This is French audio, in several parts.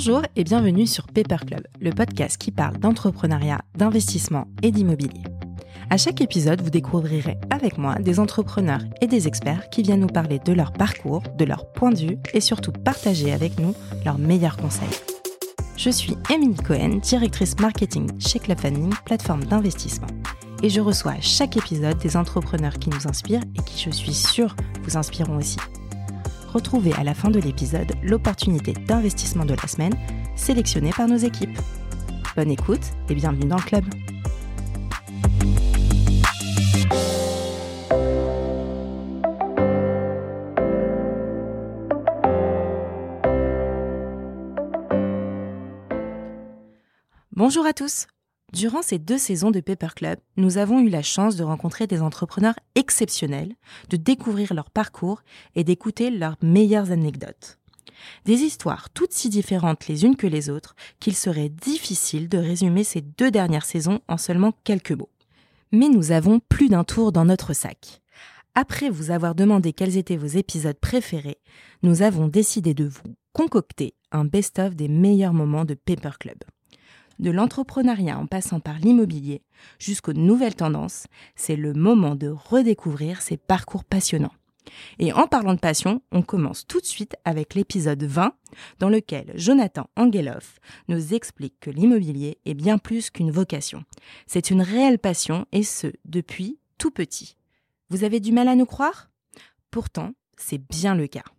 Bonjour et bienvenue sur Paper Club, le podcast qui parle d'entrepreneuriat, d'investissement et d'immobilier. À chaque épisode, vous découvrirez avec moi des entrepreneurs et des experts qui viennent nous parler de leur parcours, de leur point de vue et surtout partager avec nous leurs meilleurs conseils. Je suis Émilie Cohen, directrice marketing chez Club Funding, plateforme d'investissement. Et je reçois à chaque épisode des entrepreneurs qui nous inspirent et qui, je suis sûre, vous inspireront aussi. Retrouvez à la fin de l'épisode l'opportunité d'investissement de la semaine sélectionnée par nos équipes. Bonne écoute et bienvenue dans le club. Bonjour à tous. Durant ces 2 saisons de Paper Club, nous avons eu la chance de rencontrer des entrepreneurs exceptionnels, de découvrir leur parcours et d'écouter leurs meilleures anecdotes. Des histoires toutes si différentes les unes que les autres qu'il serait difficile de résumer ces 2 dernières saisons en seulement quelques mots. Mais nous avons plus d'un tour dans notre sac. Après vous avoir demandé quels étaient vos épisodes préférés, nous avons décidé de vous concocter un best-of des meilleurs moments de Paper Club. De l'entrepreneuriat en passant par l'immobilier jusqu'aux nouvelles tendances, c'est le moment de redécouvrir ces parcours passionnants. Et en parlant de passion, on commence tout de suite avec l'épisode 20, dans lequel Jonathan Angeloff nous explique que l'immobilier est bien plus qu'une vocation. C'est une réelle passion et ce, depuis tout petit. Vous avez du mal à nous croire ? Pourtant, c'est bien le cas.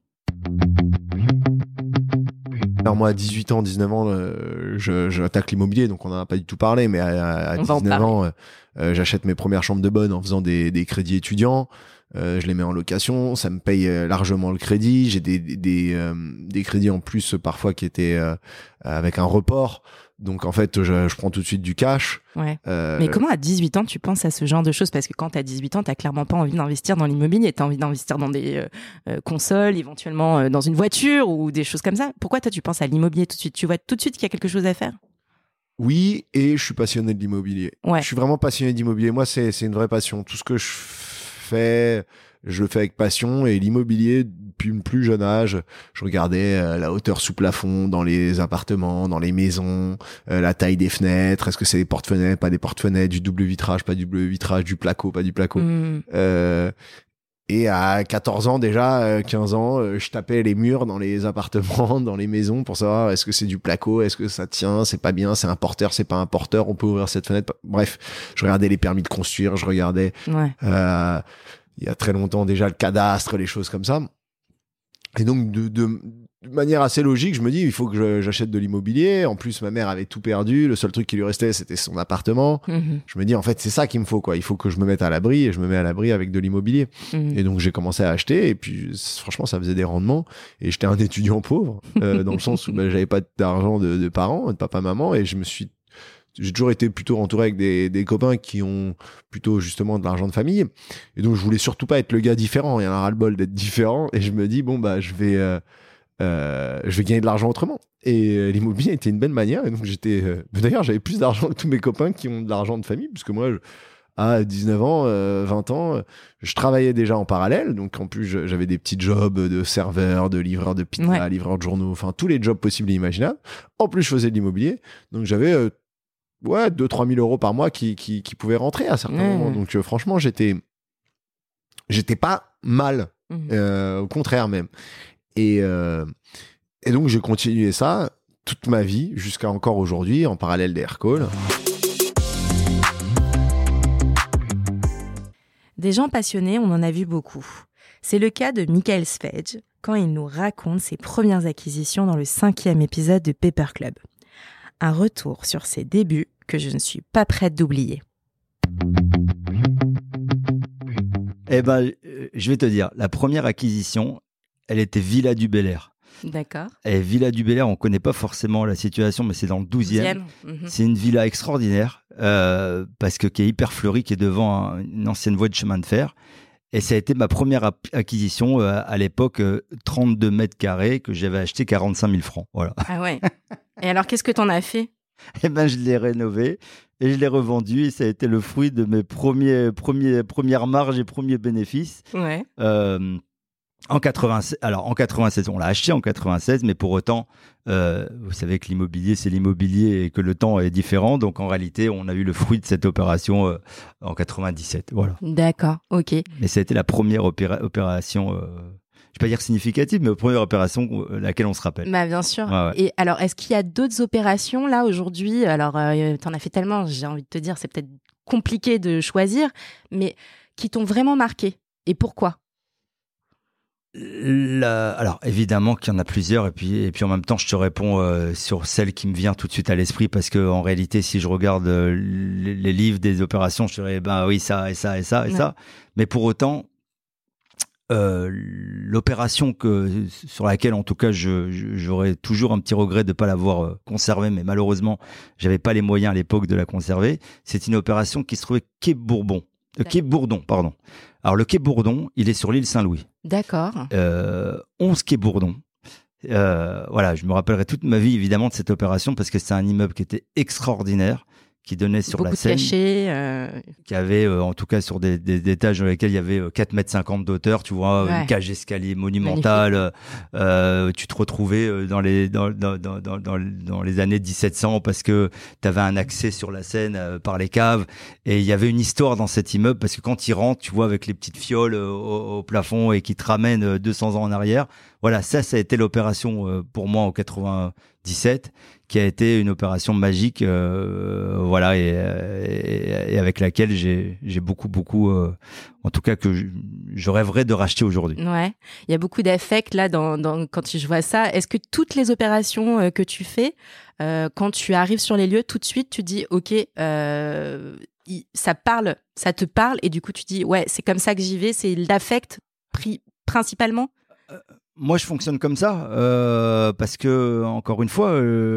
Alors moi, à 18 ans, 19 ans, j'attaque l'immobilier, donc on n'en a pas du tout parlé, mais à 19 ans, j'achète mes premières chambres de bonne en faisant des crédits étudiants. Je les mets en location, ça me paye largement le crédit. J'ai des crédits en plus parfois qui étaient avec un report. Donc en fait, je prends tout de suite du cash. Ouais. Mais comment à 18 ans tu penses à ce genre de choses ? Parce que quand t'as 18 ans, t'as clairement pas envie d'investir dans l'immobilier. T'as envie d'investir dans des consoles, éventuellement dans une voiture ou des choses comme ça. Pourquoi toi tu penses à l'immobilier tout de suite ? Tu vois tout de suite qu'il y a quelque chose à faire ? Oui, et je suis passionné de l'immobilier. Ouais. Je suis vraiment passionné d'immobilier. Moi, c'est une vraie passion. Tout ce que je fais, je le fais avec passion. Et l'immobilier, depuis le plus jeune âge, je regardais la hauteur sous plafond dans les appartements, dans les maisons, la taille des fenêtres, est-ce que c'est des porte-fenêtres, pas des porte-fenêtres, du double vitrage, pas du double vitrage, du placo, pas du placo. Et à 14 ans déjà, 15 ans, je tapais les murs dans les appartements, dans les maisons pour savoir est-ce que c'est du placo, est-ce que ça tient, c'est pas bien, c'est un porteur, c'est pas un porteur, on peut ouvrir cette fenêtre. Bref, je regardais les permis de construire, je regardais il y a très longtemps déjà le cadastre, les choses comme ça. Et donc de manière assez logique, je me dis il faut que j'achète de l'immobilier. En plus, ma mère avait tout perdu. Le seul truc qui lui restait, c'était son appartement. Je me dis en fait c'est ça qu'il me faut quoi. Il faut que je me mette à l'abri et je me mets à l'abri avec de l'immobilier. Et donc j'ai commencé à acheter et puis franchement ça faisait des rendements. Et j'étais un étudiant pauvre dans le sens où j'avais pas d'argent de parents, de papa maman et j'ai toujours été plutôt entouré avec des copains qui ont plutôt justement de l'argent de famille. Et donc je voulais surtout pas être le gars différent. Il y en a ras-le-bol d'être différent. Et je me dis bon bah je vais gagner de l'argent autrement. Et l'immobilier était une belle manière. Et donc d'ailleurs, j'avais plus d'argent que tous mes copains qui ont de l'argent de famille, puisque moi, à 19 ans, 20 ans, je travaillais déjà en parallèle. Donc en plus, j'avais des petits jobs de serveur, de livreur de pizza, livreur de journaux, enfin tous les jobs possibles et imaginables. En plus, je faisais de l'immobilier. Donc j'avais 2-3 000 euros par mois qui pouvaient rentrer à certains moments. Donc franchement, j'étais pas mal. Au contraire même. Et donc j'ai continué ça toute ma vie jusqu'à encore aujourd'hui en parallèle des aircalls. Des gens passionnés, on en a vu beaucoup. C'est le cas de Michael Svedge quand il nous raconte ses premières acquisitions dans le 5e épisode de Paper Club. Un retour sur ses débuts que je ne suis pas prête d'oublier. Eh ben, je vais te dire, la première acquisition, elle était Villa du Bel-Air. D'accord. Et Villa du Bel-Air, on ne connaît pas forcément la situation, mais c'est dans le 12e. C'est une villa extraordinaire, parce que qui est hyper fleurie, qui est devant une ancienne voie de chemin de fer. Et ça a été ma première acquisition à l'époque, 32 mètres carrés, que j'avais acheté 45 000 francs. Voilà. Ah ouais. Et alors, qu'est-ce que tu en as fait ? Eh ben, je l'ai rénové et je l'ai revendu. Et ça a été le fruit de mes premières marges et premiers bénéfices. Ouais. En 96, on l'a acheté en 96, mais pour autant, vous savez que l'immobilier, c'est l'immobilier et que le temps est différent. Donc, en réalité, on a eu le fruit de cette opération en 97. Voilà. D'accord, ok. Mais ça a été la première opération, je ne vais pas dire significative, mais la première opération laquelle on se rappelle. Bah, bien sûr. Ouais. Et alors, est-ce qu'il y a d'autres opérations là aujourd'hui? Alors, t'en as fait tellement, j'ai envie de te dire, c'est peut-être compliqué de choisir, mais qui t'ont vraiment marqué. Et pourquoi? Alors évidemment qu'il y en a plusieurs et puis en même temps je te réponds sur celle qui me vient tout de suite à l'esprit parce que en réalité si je regarde les livres des opérations je dirais bah oui ça et ça et ça et ça, mais pour autant l'opération sur laquelle en tout cas j'aurais toujours un petit regret de ne pas l'avoir conservée, mais malheureusement j'avais pas les moyens à l'époque de la conserver, c'est une opération qui se trouvait quai Bourdon. Alors le quai Bourdon, il est sur l'île Saint-Louis. D'accord. 11 quai Bourdon. Voilà, je me rappellerai toute ma vie évidemment de cette opération parce que c'est un immeuble qui était extraordinaire, qui donnait sur la Seine, qui avait en tout cas sur des étages dans lesquels il y avait 4,50 m d'hauteur, tu vois, une cage d'escalier monumentale. Tu te retrouvais dans les années 1700 parce que tu avais un accès sur la Seine par les caves et il y avait une histoire dans cet immeuble parce que quand il rentre, tu vois, avec les petites fioles au plafond et qui te ramènent 200 ans en arrière. Voilà, ça a été l'opération pour moi en 97, qui a été une opération magique, voilà, et avec laquelle j'ai beaucoup, en tout cas que je rêverais de racheter aujourd'hui. Ouais, il y a beaucoup d'affect là quand je vois ça. Est-ce que toutes les opérations que tu fais, quand tu arrives sur les lieux, tout de suite tu dis ok, ça te parle, et du coup tu dis ouais, c'est comme ça que j'y vais, c'est l'affect principalement. Moi, je fonctionne comme ça parce que, encore une fois,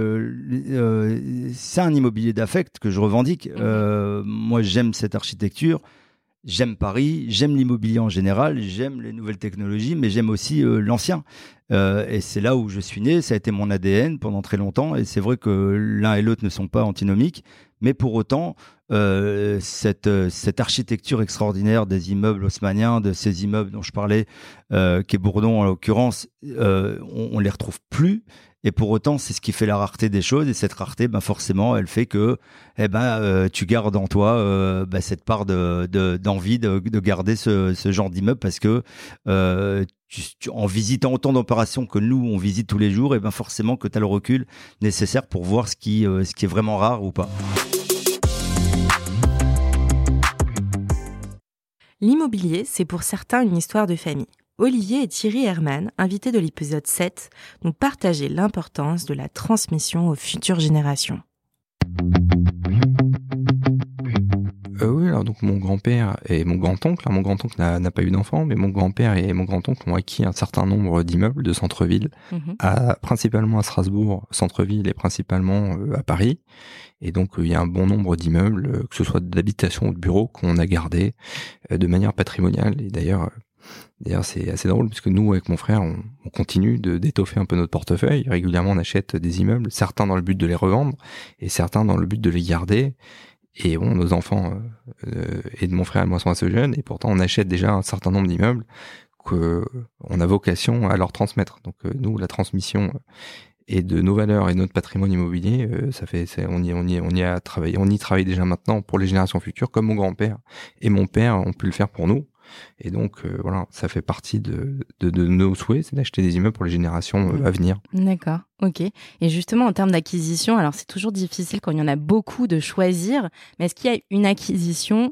c'est un immobilier d'affect que je revendique. Moi, j'aime cette architecture, j'aime Paris, j'aime l'immobilier en général, j'aime les nouvelles technologies, mais j'aime aussi l'ancien. Et c'est là où je suis né, ça a été mon ADN pendant très longtemps. Et c'est vrai que l'un et l'autre ne sont pas antinomiques, mais pour autant, cette architecture extraordinaire des immeubles haussmanniens, de ces immeubles dont je parlais, quai Bourdon en l'occurrence, on les retrouve plus. Et pour autant, c'est ce qui fait la rareté des choses. Et cette rareté, ben forcément, elle fait que, tu gardes en toi cette part d'envie de garder ce genre d'immeuble parce que en visitant autant d'opérations que nous on visite tous les jours, et ben forcément que tu as le recul nécessaire pour voir ce qui est vraiment rare ou pas. L'immobilier, c'est pour certains une histoire de famille. Olivier et Thierry Herman, invités de l'épisode 7, nous partageaient l'importance de la transmission aux futures générations. Oui, alors donc mon grand-père et mon grand-oncle, mon grand-oncle n'a pas eu d'enfant, mais mon grand-père et mon grand-oncle ont acquis un certain nombre d'immeubles de centre-ville, principalement à Strasbourg, centre-ville, et principalement à Paris. Et donc il y a un bon nombre d'immeubles, que ce soit d'habitation ou de bureaux, qu'on a gardés de manière patrimoniale. Et d'ailleurs c'est assez drôle parce que nous, avec mon frère, on continue d'étoffer un peu notre portefeuille. Régulièrement, on achète des immeubles, certains dans le but de les revendre et certains dans le but de les garder. Et bon, nos enfants et de mon frère et moi sont assez jeunes, et pourtant on achète déjà un certain nombre d'immeubles qu'on a vocation à leur transmettre. Donc nous, la transmission et de nos valeurs et de notre patrimoine immobilier, on y travaille déjà maintenant pour les générations futures, comme mon grand-père et mon père ont pu le faire pour nous. Et donc voilà, ça fait partie de nos souhaits, c'est d'acheter des immeubles pour les générations à venir. D'accord, ok. Et justement, en termes d'acquisition, alors c'est toujours difficile quand il y en a beaucoup de choisir, mais est-ce qu'il y a une acquisition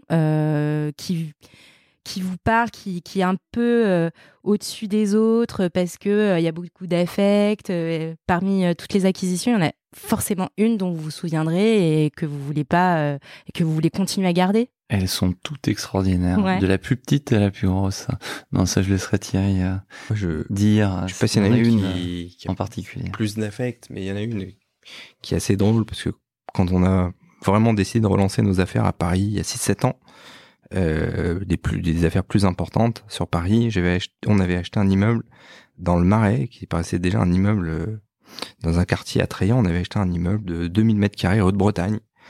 qui vous parle, qui est un peu au-dessus des autres parce que y a beaucoup d'affect, parmi toutes les acquisitions, il y en a forcément une dont vous vous souviendrez et que vous voulez pas, et que vous voulez continuer à garder? Elles sont toutes extraordinaires, de la plus petite à la plus grosse. Non, ça je laisserai Thierry dire. Je sais pas s'il y en a une qui en particulier. Plus d'affect, mais il y en a une qui est assez drôle parce que quand on a vraiment décidé de relancer nos affaires à Paris il y a 6-7 ans, des affaires plus importantes sur Paris, on avait acheté un immeuble dans le Marais qui paraissait déjà un immeuble dans un quartier attrayant. On avait acheté un immeuble de 2000 m2 rue de Bretagne.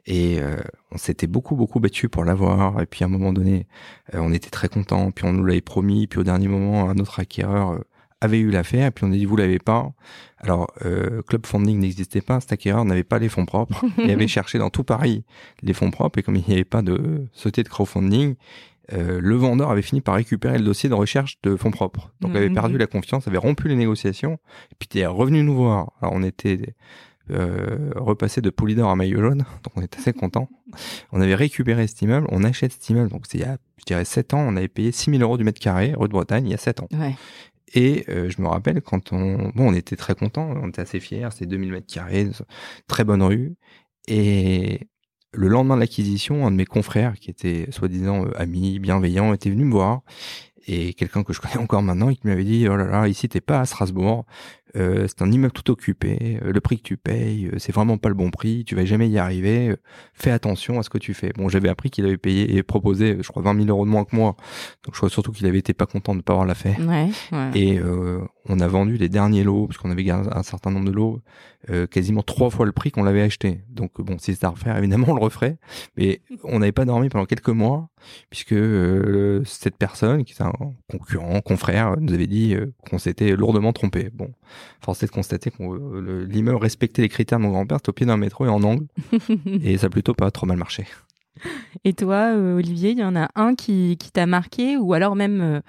Et on s'était beaucoup battu pour l'avoir. Et puis à un moment donné, on était très contents. Puis on nous l'avait promis. Puis au dernier moment, un autre acquéreur avait eu l'affaire. Et puis on a dit, vous l'avez pas. Alors, Club Funding n'existait pas. Cet acquéreur n'avait pas les fonds propres. Il avait cherché dans tout Paris les fonds propres. Et comme il n'y avait pas de société de crowdfunding, le vendeur avait fini par récupérer le dossier de recherche de fonds propres. Donc, il avait perdu la confiance, avait rompu les négociations. Et puis, il est revenu nous voir. Alors, on était repassé de Poulidor à Maillot Jaune. Donc, on était assez contents. On avait récupéré cet immeuble. On achète cet immeuble. Donc, c'est il y a, je dirais, 7 ans. On avait payé 6 000 € du mètre carré, rue de Bretagne, il y a 7 ans. Ouais. Et je me rappelle quand on était très contents, on était assez fiers, c'était 2000 mètres carrés, très bonne rue. Et le lendemain de l'acquisition, un de mes confrères, qui était soi-disant ami, bienveillant, était venu me voir. Et quelqu'un que je connais encore maintenant, et qui m'avait dit, oh là là, ici t'es pas à Strasbourg, c'est un immeuble tout occupé, le prix que tu payes, c'est vraiment pas le bon prix, tu vas jamais y arriver, fais attention à ce que tu fais. Bon, j'avais appris qu'il avait payé et proposé, je crois, 20 000 € de moins que moi, donc je crois surtout qu'il avait été pas content de ne pas avoir l'affaire. Ouais. Et on a vendu les derniers lots, parce qu'on avait gardé un certain nombre de lots, quasiment 3 fois le prix qu'on l'avait acheté. Donc bon, si c'était à refaire, évidemment on le referait, mais on n'avait pas dormi pendant quelques mois, puisque cette personne, qui est un concurrent, confrère, nous avait dit qu'on s'était lourdement trompé. Bon, force est de constater que l'immeuble respectait les critères de mon grand-père, c'était au pied d'un métro et en angle, et ça a plutôt pas trop mal marché. Et toi, Olivier, il y en a un qui t'a marqué, ou alors même...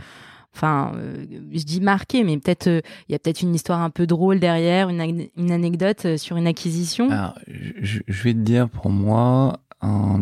je dis marqué, mais peut-être il y a peut-être une histoire un peu drôle derrière, une anecdote sur une acquisition. Alors, je vais te dire, pour moi, une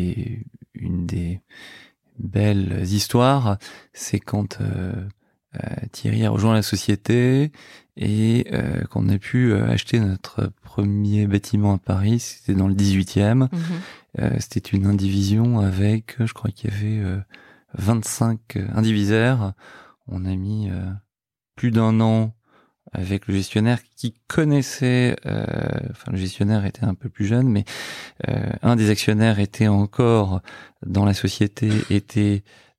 des belles histoires, c'est quand Thierry a rejoint la société et qu'on a pu acheter notre premier bâtiment à Paris. C'était dans le 18e. C'était une indivision avec, je crois qu'il y avait 25 indivisaires. On a mis plus d'1 an avec le gestionnaire qui connaissait, le gestionnaire était un peu plus jeune, mais un des actionnaires était encore dans la société, était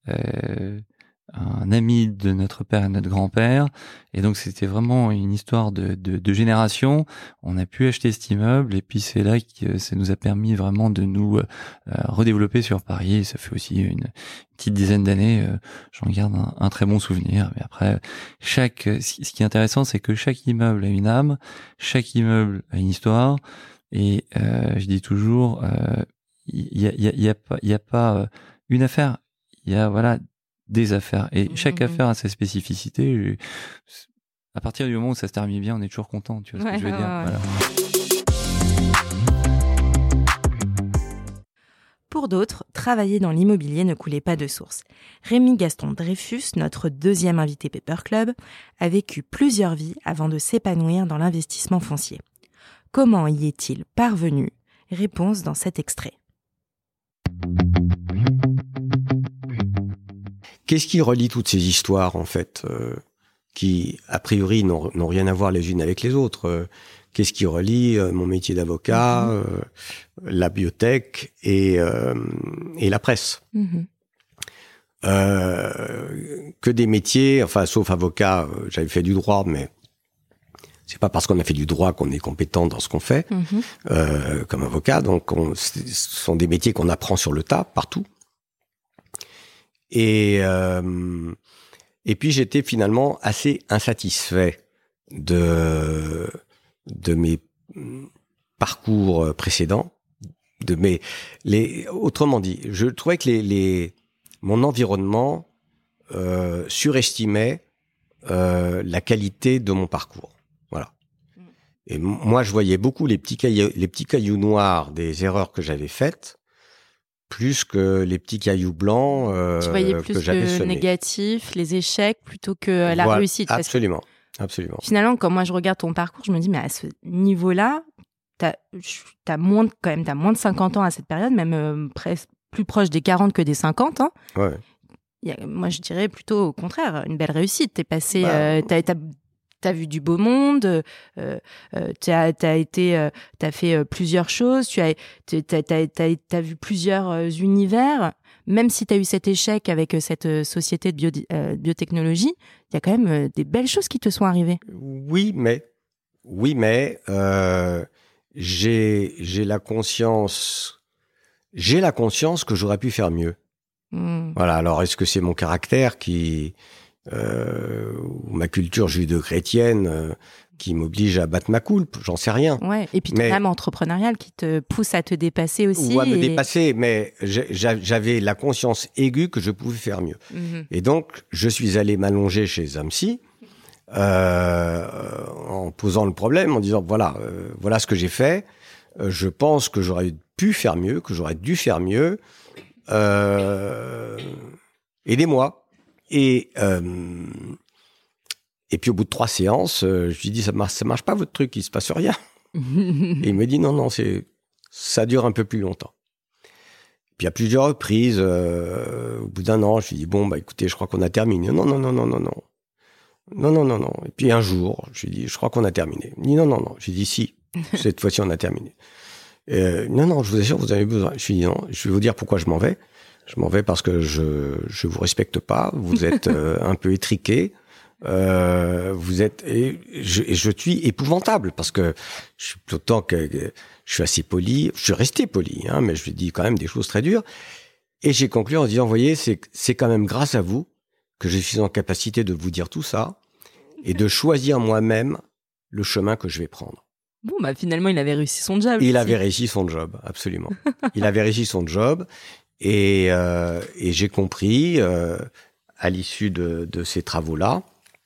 un ami de notre père et notre grand-père, et donc c'était vraiment une histoire de génération. On a pu acheter cet immeuble, et puis c'est là que ça nous a permis vraiment de nous redévelopper sur Paris. Et ça fait aussi une petite dizaine d'années, j'en garde un très bon souvenir. Mais après, ce qui est intéressant, c'est que chaque immeuble a une âme, chaque immeuble a une histoire, et je dis toujours, il y a pas une affaire, il y a des affaires, et chaque affaire a sa spécificité. À partir du moment où ça se termine bien, on est toujours content, tu vois ce que je veux dire. Voilà. Pour d'autres, travailler dans l'immobilier ne coulait pas de source. Rémi Gaston Dreyfus, notre deuxième invité Paper Club, a vécu plusieurs vies avant de s'épanouir dans l'investissement foncier. Comment y est-il parvenu ? Réponse dans cet extrait. Qu'est-ce qui relie toutes ces histoires, en fait, qui, a priori, n'ont rien à voir les unes avec les autres Qu'est-ce qui relie mon métier d'avocat, la biotech et la presse Que des métiers, enfin, sauf avocat, j'avais fait du droit, mais c'est pas parce qu'on a fait du droit qu'on est compétent dans ce qu'on fait comme avocat. Donc, ce sont des métiers qu'on apprend sur le tas, partout. Et puis j'étais finalement assez insatisfait de mes parcours précédents, autrement dit, je trouvais que mon environnement surestimait la qualité de mon parcours. Voilà. Et moi, je voyais beaucoup les petits cailloux noirs des erreurs que j'avais faites, plus que les petits cailloux blancs tu voyais plus que j'avais le semés. négatif, les échecs, plutôt que la réussite. Absolument, absolument. Finalement, quand moi je regarde ton parcours, je me dis, mais à ce niveau-là, t'as moins de 50 ans à cette période, même presque plus proche des 40 que des 50. Hein. Ouais. Moi, je dirais plutôt au contraire, une belle réussite. T'es passé, t'as vu du beau monde, t'as fait plusieurs choses, t'as vu plusieurs univers. Même si t'as eu cet échec avec cette société de biotechnologie, il y a quand même des belles choses qui te sont arrivées. Oui, mais j'ai la conscience j'ai la conscience que j'aurais pu faire mieux. Voilà. Alors, est-ce que c'est mon caractère ou ma culture judéo-chrétienne qui m'oblige à battre ma coulpe? J'en sais rien. Ouais. Et puis, ton âme entrepreneuriale qui te pousse à te dépasser aussi. Ou à me dépasser, mais j'avais la conscience aiguë que je pouvais faire mieux. Et donc, je suis allé m'allonger chez un psy, en posant le problème, en disant, voilà ce que j'ai fait. Je pense que j'aurais pu faire mieux, que j'aurais dû faire mieux. Aidez-moi. Et puis au bout de 3 séances, je lui dis ça marche pas votre truc, il se passe rien. Et il me dit non, ça dure un peu plus longtemps. Puis à plusieurs reprises, au bout d'1 an, je lui dis bon écoutez, je crois qu'on a terminé. Non. Et puis un jour, je lui dis je crois qu'on a terminé. Il me dit non. Je lui dis si, cette fois-ci on a terminé. Non, je vous assure, vous avez besoin. Je lui dis non, je vais vous dire pourquoi je m'en vais. Je m'en vais parce que je vous respecte pas. Vous êtes un peu étriqué. Vous êtes et je suis épouvantable parce que je suis autant que je suis assez poli. Je suis resté poli, mais je lui dis quand même des choses très dures. Et j'ai conclu en disant, vous voyez, c'est quand même grâce à vous que je suis en capacité de vous dire tout ça et de choisir moi-même le chemin que je vais prendre. Bon, finalement, il avait réussi son job. Il avait réussi son job, absolument. Il avait réussi son job. Et j'ai compris, à l'issue de ces travaux-là,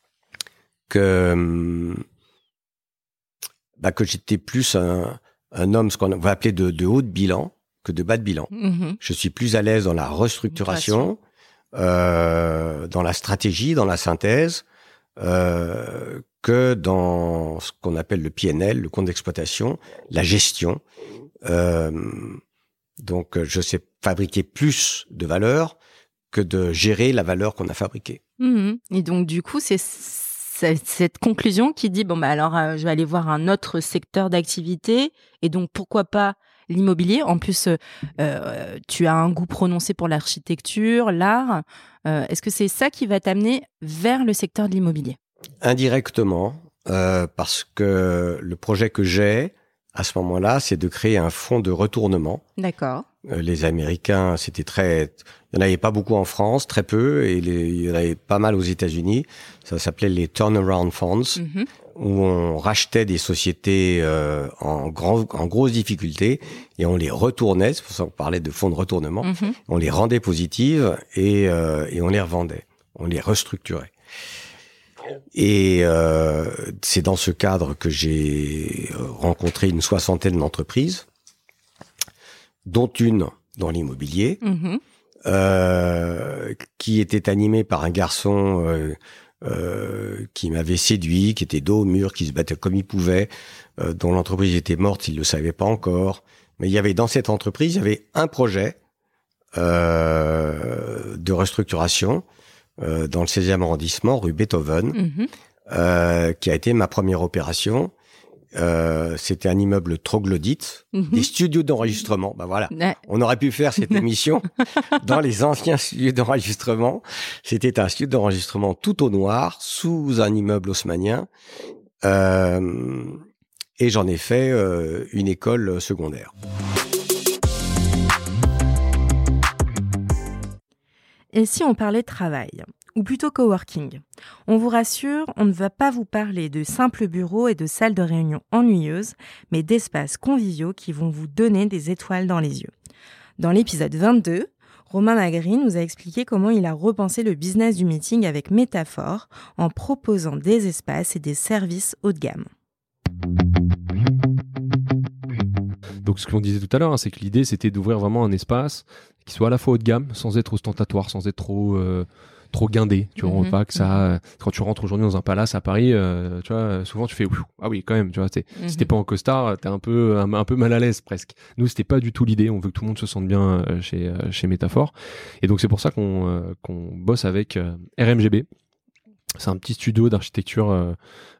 que j'étais plus un homme, ce qu'on va appeler de haut de bilan, que de bas de bilan. Je suis plus à l'aise dans la restructuration, dans la stratégie, dans la synthèse, que dans ce qu'on appelle le PNL, le compte d'exploitation, la gestion. Donc, je sais fabriquer plus de valeur que de gérer la valeur qu'on a fabriquée. Et donc, du coup, c'est cette conclusion qui dit, je vais aller voir un autre secteur d'activité. Et donc, pourquoi pas l'immobilier? En plus, tu as un goût prononcé pour l'architecture, l'art. Est-ce que c'est ça qui va t'amener vers le secteur de l'immobilier? Indirectement, parce que le projet que j'ai, à ce moment-là, c'est de créer un fonds de retournement. D'accord. Les Américains, il y en avait pas beaucoup en France, très peu, et il y en avait pas mal aux États-Unis. Ça s'appelait les turnaround funds, où on rachetait des sociétés en grosse difficulté et on les retournait. C'est pour ça qu'on parlait de fonds de retournement. On les rendait positives et on les revendait, on les restructurait. Et c'est dans ce cadre que j'ai rencontré une 60aine d'entreprises, dont une dans l'immobilier, qui était animée par un garçon qui m'avait séduit, qui était dos au mur, qui se battait comme il pouvait, dont l'entreprise était morte, il le savait pas encore. Mais dans cette entreprise, il y avait un projet de restructuration dans le 16e arrondissement, rue Beethoven, qui a été ma première opération. C'était un immeuble troglodyte, des studios d'enregistrement. Voilà, on aurait pu faire cette émission dans les anciens studios d'enregistrement. C'était un studio d'enregistrement tout au noir, sous un immeuble haussmannien. Et j'en ai fait une école secondaire. Et si on parlait travail, ou plutôt coworking? On vous rassure, on ne va pas vous parler de simples bureaux et de salles de réunion ennuyeuses, mais d'espaces conviviaux qui vont vous donner des étoiles dans les yeux. Dans l'épisode 22, Romain Magri nous a expliqué comment il a repensé le business du meeting avec métaphore en proposant des espaces et des services haut de gamme. Donc ce qu'on disait tout à l'heure, c'est que l'idée c'était d'ouvrir vraiment un espace qui soit à la fois haut de gamme, sans être ostentatoire, sans être trop guindé, tu vois, pas que ça. Quand tu rentres aujourd'hui dans un palace à Paris, tu vois, souvent tu fais ah oui quand même, tu vois, si t'es pas en costard, t'es un peu mal à l'aise presque. Nous c'était pas du tout l'idée, on veut que tout le monde se sente bien chez Métaphore, et donc c'est pour ça qu'on bosse avec RMGB. C'est un petit studio d'architecture.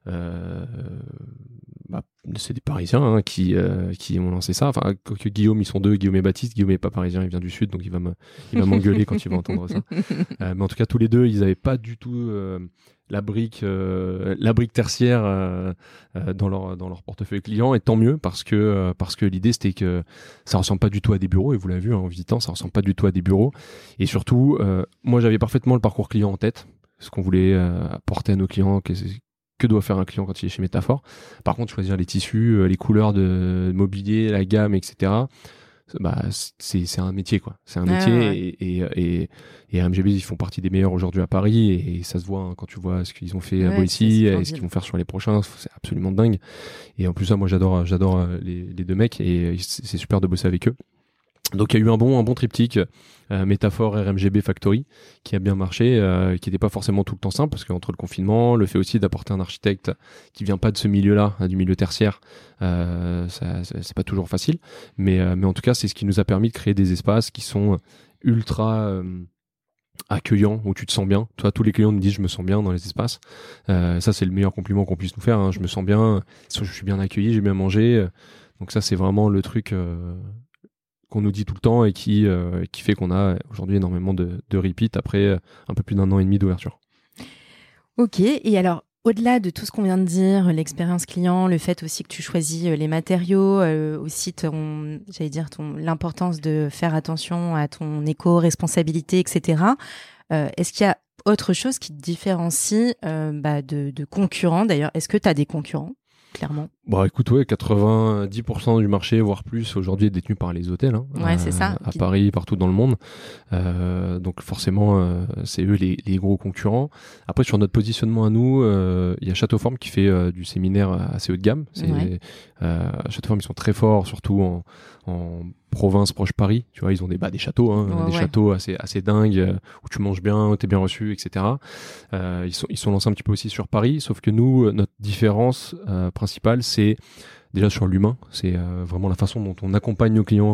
C'est des Parisiens hein, qui ont lancé ça. Enfin, que Guillaume, ils sont deux. Guillaume et Baptiste. Guillaume est pas parisien, il vient du sud, donc il va m'engueuler quand il va entendre ça. Mais en tout cas, tous les deux, ils avaient pas du tout la brique tertiaire dans leur portefeuille client, et tant mieux parce que l'idée c'était que ça ressemble pas du tout à des bureaux, et vous l'avez vu en visitant, ça ressemble pas du tout à des bureaux, et surtout moi j'avais parfaitement le parcours client en tête, ce qu'on voulait apporter à nos clients, que doit faire un client quand il est chez Métaphore. Par contre, choisir les tissus, les couleurs de mobilier, la gamme, etc. C'est un métier, quoi. C'est un métier, et RMGB, ils font partie des meilleurs aujourd'hui à Paris, et ça se voit hein, quand tu vois ce qu'ils ont fait à Boissy et ce qu'ils vont faire sur les prochains. C'est absolument dingue. Et en plus, ça, moi, j'adore les deux mecs, et c'est super de bosser avec eux. Donc il y a eu un bon triptyque Métaphore, RMGB, Factory qui a bien marché, qui n'était pas forcément tout le temps simple parce qu'entre le confinement, le fait aussi d'apporter un architecte qui vient pas de ce milieu-là, du milieu tertiaire, c'est pas toujours facile, mais en tout cas c'est ce qui nous a permis de créer des espaces qui sont ultra accueillants, où tu te sens bien. Toi, tous les clients nous disent je me sens bien dans les espaces. Ça c'est le meilleur compliment qu'on puisse nous faire, hein. Je me sens bien, je suis bien accueilli, j'ai bien mangé. Donc ça c'est vraiment le truc qu'on nous dit tout le temps, et qui fait qu'on a aujourd'hui énormément de repeat après un peu plus d'1 an et demi d'ouverture. Ok, et alors au-delà de tout ce qu'on vient de dire, l'expérience client, le fait aussi que tu choisis les matériaux, aussi l'importance de faire attention à ton éco-responsabilité, etc. Est-ce qu'il y a autre chose qui te différencie de concurrents d'ailleurs? Est-ce que tu as des concurrents, clairement? Bah écoute, 90% du marché, voire plus, aujourd'hui est détenu par les hôtels. Hein, c'est ça. À Paris, partout dans le monde. Donc forcément, c'est eux les gros concurrents. Après, sur notre positionnement à nous, il y a Château Forme qui fait du séminaire assez haut de gamme. Château Forme, ils sont très forts, surtout en province proche Paris. Tu vois, ils ont des châteaux, hein, châteaux assez dingues, où tu manges bien, où t'es bien reçu, etc. Ils sont lancés un petit peu aussi sur Paris, sauf que nous, notre différence principale, c'est déjà sur l'humain, c'est vraiment la façon dont on accompagne nos clients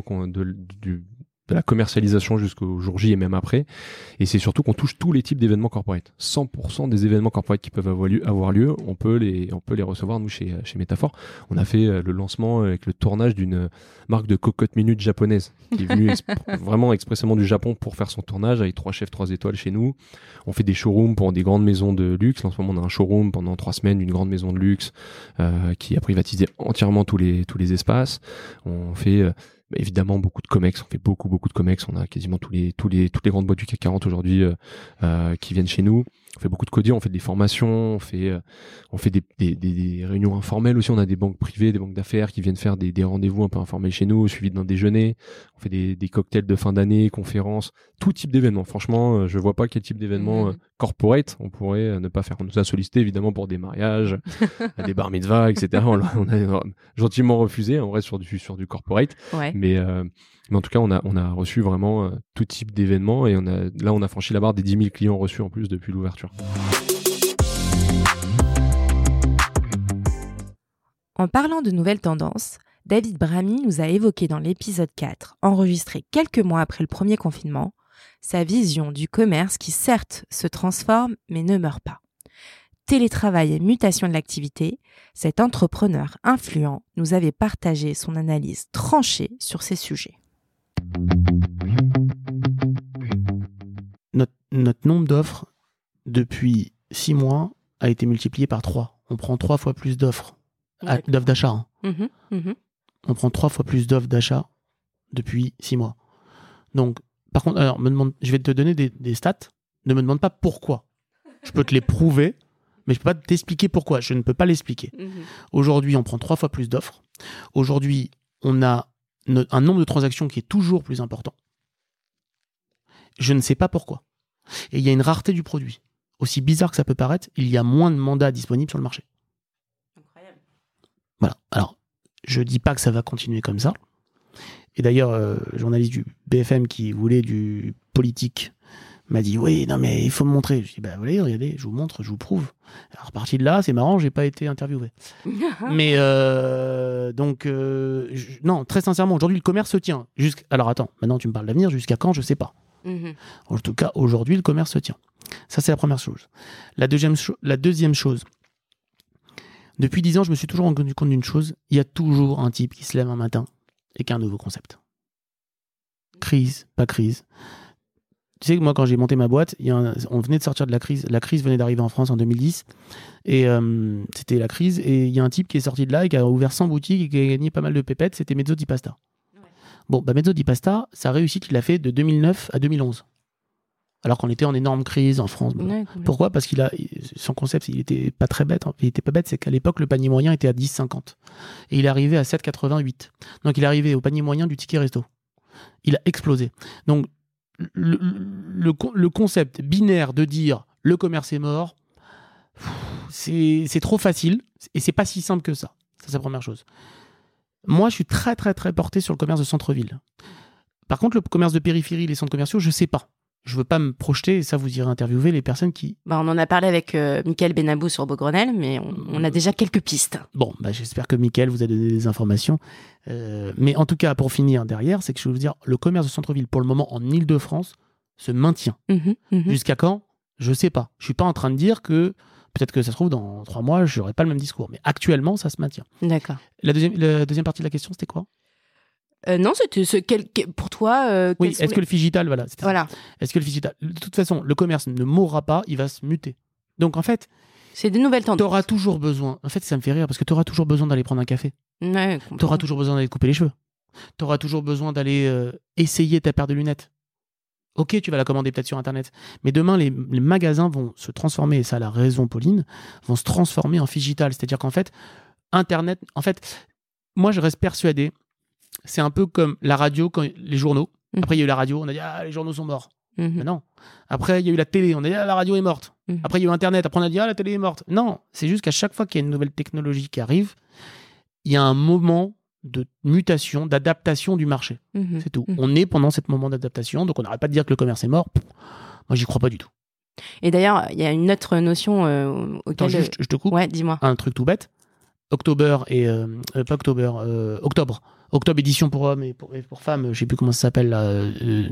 de la commercialisation jusqu'au jour J et même après, et c'est surtout qu'on touche tous les types d'événements corporate. 100% des événements corporate qui peuvent avoir lieu, on peut les recevoir nous chez Métaphore. On a fait le lancement avec le tournage d'une marque de cocotte minute japonaise qui est venue vraiment expressément du Japon pour faire son tournage, avec 3 chefs 3 étoiles chez nous. On fait des showrooms pour des grandes maisons de luxe. En ce moment, on a un showroom pendant 3 semaines d'une grande maison de luxe qui a privatisé entièrement tous les espaces. On fait évidemment beaucoup de comex, on fait beaucoup de comex, on a quasiment toutes les grandes boîtes du CAC 40 aujourd'hui qui viennent chez nous. On fait beaucoup de coding, on fait des formations, on fait des réunions informelles aussi. On a des banques privées, des banques d'affaires qui viennent faire des rendez-vous un peu informels chez nous, suivis d'un déjeuner. On fait des cocktails de fin d'année, conférences, tout type d'événements. Franchement, je vois pas quel type d'événement corporate on pourrait ne pas faire. On nous a sollicité évidemment pour des mariages, des bar mitzvahs, etc. On a gentiment refusé. On reste sur du corporate. Ouais. Mais en tout cas, on a reçu vraiment tout type d'événements, et on a franchi la barre des 10 000 clients reçus en plus depuis l'ouverture. En parlant de nouvelles tendances, David Bramy nous a évoqué dans l'épisode 4, enregistré quelques mois après le premier confinement, sa vision du commerce qui certes se transforme mais ne meurt pas. Télétravail et mutation de l'activité, cet entrepreneur influent nous avait partagé son analyse tranchée sur ces sujets. Notre nombre d'offres depuis 6 mois a été multiplié par 3. On prend 3 fois plus d'offres d'achat. On prend 3 fois plus d'offres d'achat depuis 6 mois. Donc, par contre, alors, je vais te donner des stats. Ne me demande pas pourquoi. Je peux te les prouver, mais je ne peux pas t'expliquer pourquoi. Je ne peux pas l'expliquer. Aujourd'hui, on prend 3 fois plus d'offres. Aujourd'hui, on a un nombre de transactions qui est toujours plus important. Je ne sais pas pourquoi. Et il y a une rareté du produit. Aussi bizarre que ça peut paraître, il y a moins de mandats disponibles sur le marché. Incroyable. Voilà. Alors, je dis pas que ça va continuer comme ça. Et d'ailleurs, journaliste du BFM qui voulait du politique m'a dit oui, non mais il faut me montrer. Je dis regardez, je vous montre, je vous prouve. Alors, parti de là, c'est marrant, j'ai pas été interviewé. Mais non, très sincèrement, aujourd'hui le commerce se tient. Alors attends, maintenant tu me parles d'avenir, jusqu'à quand, je sais pas. En tout cas, aujourd'hui le commerce se tient. Ça, c'est la première chose. La deuxième chose, depuis 10 ans, je me suis toujours rendu compte d'une chose, il y a toujours un type qui se lève un matin et qui a un nouveau concept. Crise, pas crise. Tu sais que moi, quand j'ai monté ma boîte, on venait de sortir de la crise. La crise venait d'arriver en France en 2010. Et c'était la crise. Et il y a un type qui est sorti de là et qui a ouvert 100 boutiques et qui a gagné pas mal de pépettes. C'était Mezzo di Pasta. Ouais. Bon, Mezzo di Pasta, sa réussite, il l'a fait de 2009 à 2011. Alors qu'on était en énorme crise en France. Ouais, pourquoi ? Parce son concept, il était pas très bête. Il était pas bête, c'est qu'à l'époque, le panier moyen était à 10,50. Et il est arrivé à 7,88. Donc il est arrivé au panier moyen du ticket resto. Il a explosé. Donc, le concept binaire de dire le commerce est mort, c'est trop facile et c'est pas si simple que ça. Ça, c'est la première chose. Moi, je suis très, très, très porté sur le commerce de centre-ville. Par contre, le commerce de périphérie, les centres commerciaux, je sais pas. Je veux pas me projeter, et ça, vous irez interviewer les personnes qui... on en a parlé avec Mickaël Benabou sur Beaugrenelle, mais on a déjà quelques pistes. Bon, j'espère que Mickaël vous a donné des informations. Mais en tout cas, pour finir derrière, c'est que je veux vous dire, le commerce de centre-ville, pour le moment, en Ile-de-France, se maintient. Jusqu'à quand ? Je sais pas. Je suis pas en train de dire que, peut-être que ça se trouve, dans 3 mois, je n'aurai pas le même discours. Mais actuellement, ça se maintient. D'accord. La deuxième partie de la question, c'était quoi ? Non, c'était pour toi. Oui, est-ce que le phygital, voilà. Est-ce que le phygital, de toute façon, le commerce ne mourra pas, il va se muter. Donc en fait, c'est des nouvelles tendances. T'auras toujours besoin. En fait, ça me fait rire parce que t'auras toujours besoin d'aller prendre un café. Ouais, t'auras toujours besoin d'aller te couper les cheveux. T'auras toujours besoin d'aller essayer ta paire de lunettes. Ok, tu vas la commander peut-être sur Internet, mais demain les magasins vont se transformer. Et ça, a la raison, Pauline, vont se transformer en phygital. C'est-à-dire qu'en fait, Internet. En fait, moi, je reste persuadé. C'est un peu comme la radio, les journaux. Après, il y a eu la radio, on a dit les journaux sont morts. Mais non. Après, il y a eu la télé, on a dit la radio est morte. Après, il y a eu Internet, après, on a dit la télé est morte. Non, c'est juste qu'à chaque fois qu'il y a une nouvelle technologie qui arrive, il y a un moment de mutation, d'adaptation du marché. C'est tout. On est pendant ce moment d'adaptation, donc on n'arrête pas de dire que le commerce est mort. Moi, j'y crois pas du tout. Et d'ailleurs, il y a une autre notion auquel... Attends, je te coupe. Ouais, dis-moi. Un truc tout bête. Octobre édition pour hommes et pour femmes, je sais plus comment ça s'appelle là.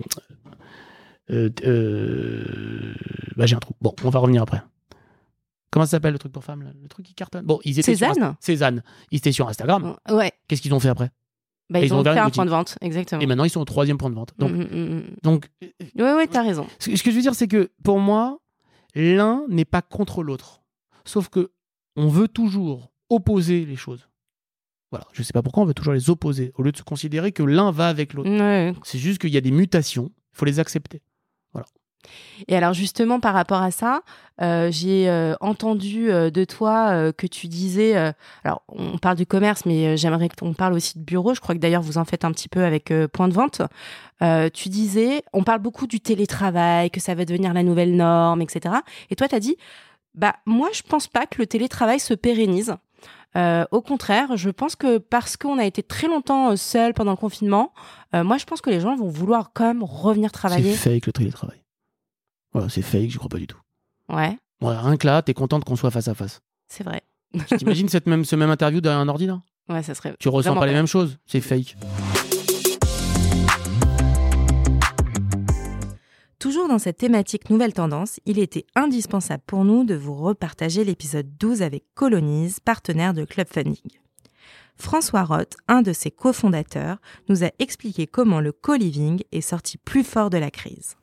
J'ai un trou. Bon, on va revenir après. Comment ça s'appelle le truc pour femmes là ? Le truc qui cartonne. Bon, ils étaient Cézanne. Ils étaient sur Instagram. Ouais. Qu'est-ce qu'ils ont fait après ? Ils ont fait un point de vente, exactement. Et maintenant ils sont au 3e point de vente. Donc ouais, t'as raison. Ce que je veux dire, c'est que pour moi, l'un n'est pas contre l'autre. Sauf que on veut toujours opposer les choses. Voilà, je sais pas pourquoi on veut toujours les opposer, au lieu de se considérer que l'un va avec l'autre. Ouais. C'est juste qu'il y a des mutations, il faut les accepter. Voilà. Et alors justement, par rapport à ça, j'ai entendu de toi que tu disais... alors, on parle du commerce, mais j'aimerais qu'on parle aussi de bureau. Je crois que d'ailleurs, vous en faites un petit peu avec Point de Vente. Tu disais, on parle beaucoup du télétravail, que ça va devenir la nouvelle norme, etc. Et toi, tu as dit, moi, je pense pas que le télétravail se pérennise. Au contraire, je pense que parce qu'on a été très longtemps seul pendant le confinement, moi je pense que les gens vont vouloir quand même revenir travailler. C'est fake le télétravail. Voilà, c'est fake, j'y crois pas du tout. Ouais. Rien que là, t'es contente qu'on soit face à face. C'est vrai. T'imagines ce même interview derrière un ordi là ? Ouais, ça serait. Tu ressens pas les mêmes choses, c'est fake. Toujours dans cette thématique nouvelle tendance, il était indispensable pour nous de vous repartager l'épisode 12 avec Colonize, partenaire de Club Funding. François Roth, un de ses cofondateurs, nous a expliqué comment le co-living est sorti plus fort de la crise.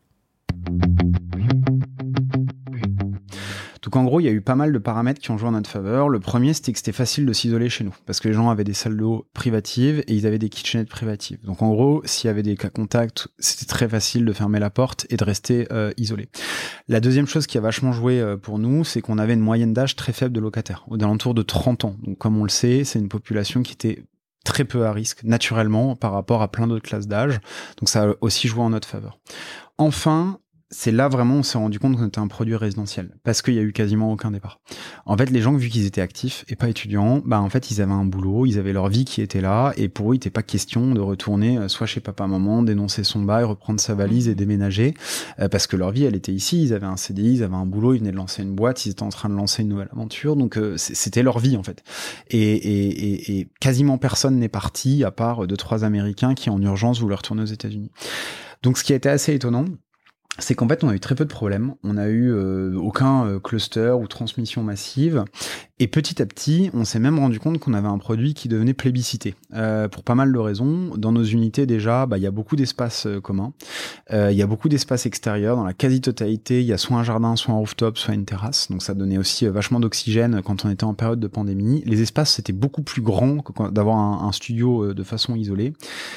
Donc en gros, il y a eu pas mal de paramètres qui ont joué en notre faveur. Le premier, c'était que c'était facile de s'isoler chez nous, parce que les gens avaient des salles d'eau privatives et ils avaient des kitchenettes privatives. Donc en gros, s'il y avait des cas contacts, c'était très facile de fermer la porte et de rester isolé. La deuxième chose qui a vachement joué pour nous, c'est qu'on avait une moyenne d'âge très faible de locataires, aux alentours de 30 ans. Donc comme on le sait, c'est une population qui était très peu à risque, naturellement, par rapport à plein d'autres classes d'âge. Donc ça a aussi joué en notre faveur. Enfin, c'est là vraiment on s'est rendu compte qu'on était un produit résidentiel parce qu'il y a eu quasiment aucun départ. En fait, les gens, vu qu'ils étaient actifs et pas étudiants, en fait, ils avaient un boulot, ils avaient leur vie qui était là et pour eux, il n'était pas question de retourner soit chez papa-maman, dénoncer son bail, reprendre sa valise et déménager parce que leur vie, elle était ici, ils avaient un CDI, ils avaient un boulot, ils venaient de lancer une boîte, ils étaient en train de lancer une nouvelle aventure, donc c'était leur vie en fait. Et quasiment personne n'est parti à part 2-3 Américains qui en urgence voulaient retourner aux États-Unis. Donc ce qui a été assez étonnant, c'est qu'en fait, on a eu très peu de problèmes. On n'a eu aucun cluster ou transmission massive. Et petit à petit, on s'est même rendu compte qu'on avait un produit qui devenait plébiscité. Pour pas mal de raisons. Dans nos unités, déjà, il y a beaucoup d'espaces communs. Il y a beaucoup d'espaces extérieurs. Dans la quasi-totalité, il y a soit un jardin, soit un rooftop, soit une terrasse. Donc ça donnait aussi vachement d'oxygène quand on était en période de pandémie. Les espaces, c'était beaucoup plus grand que d'avoir un studio de façon isolée.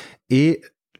Et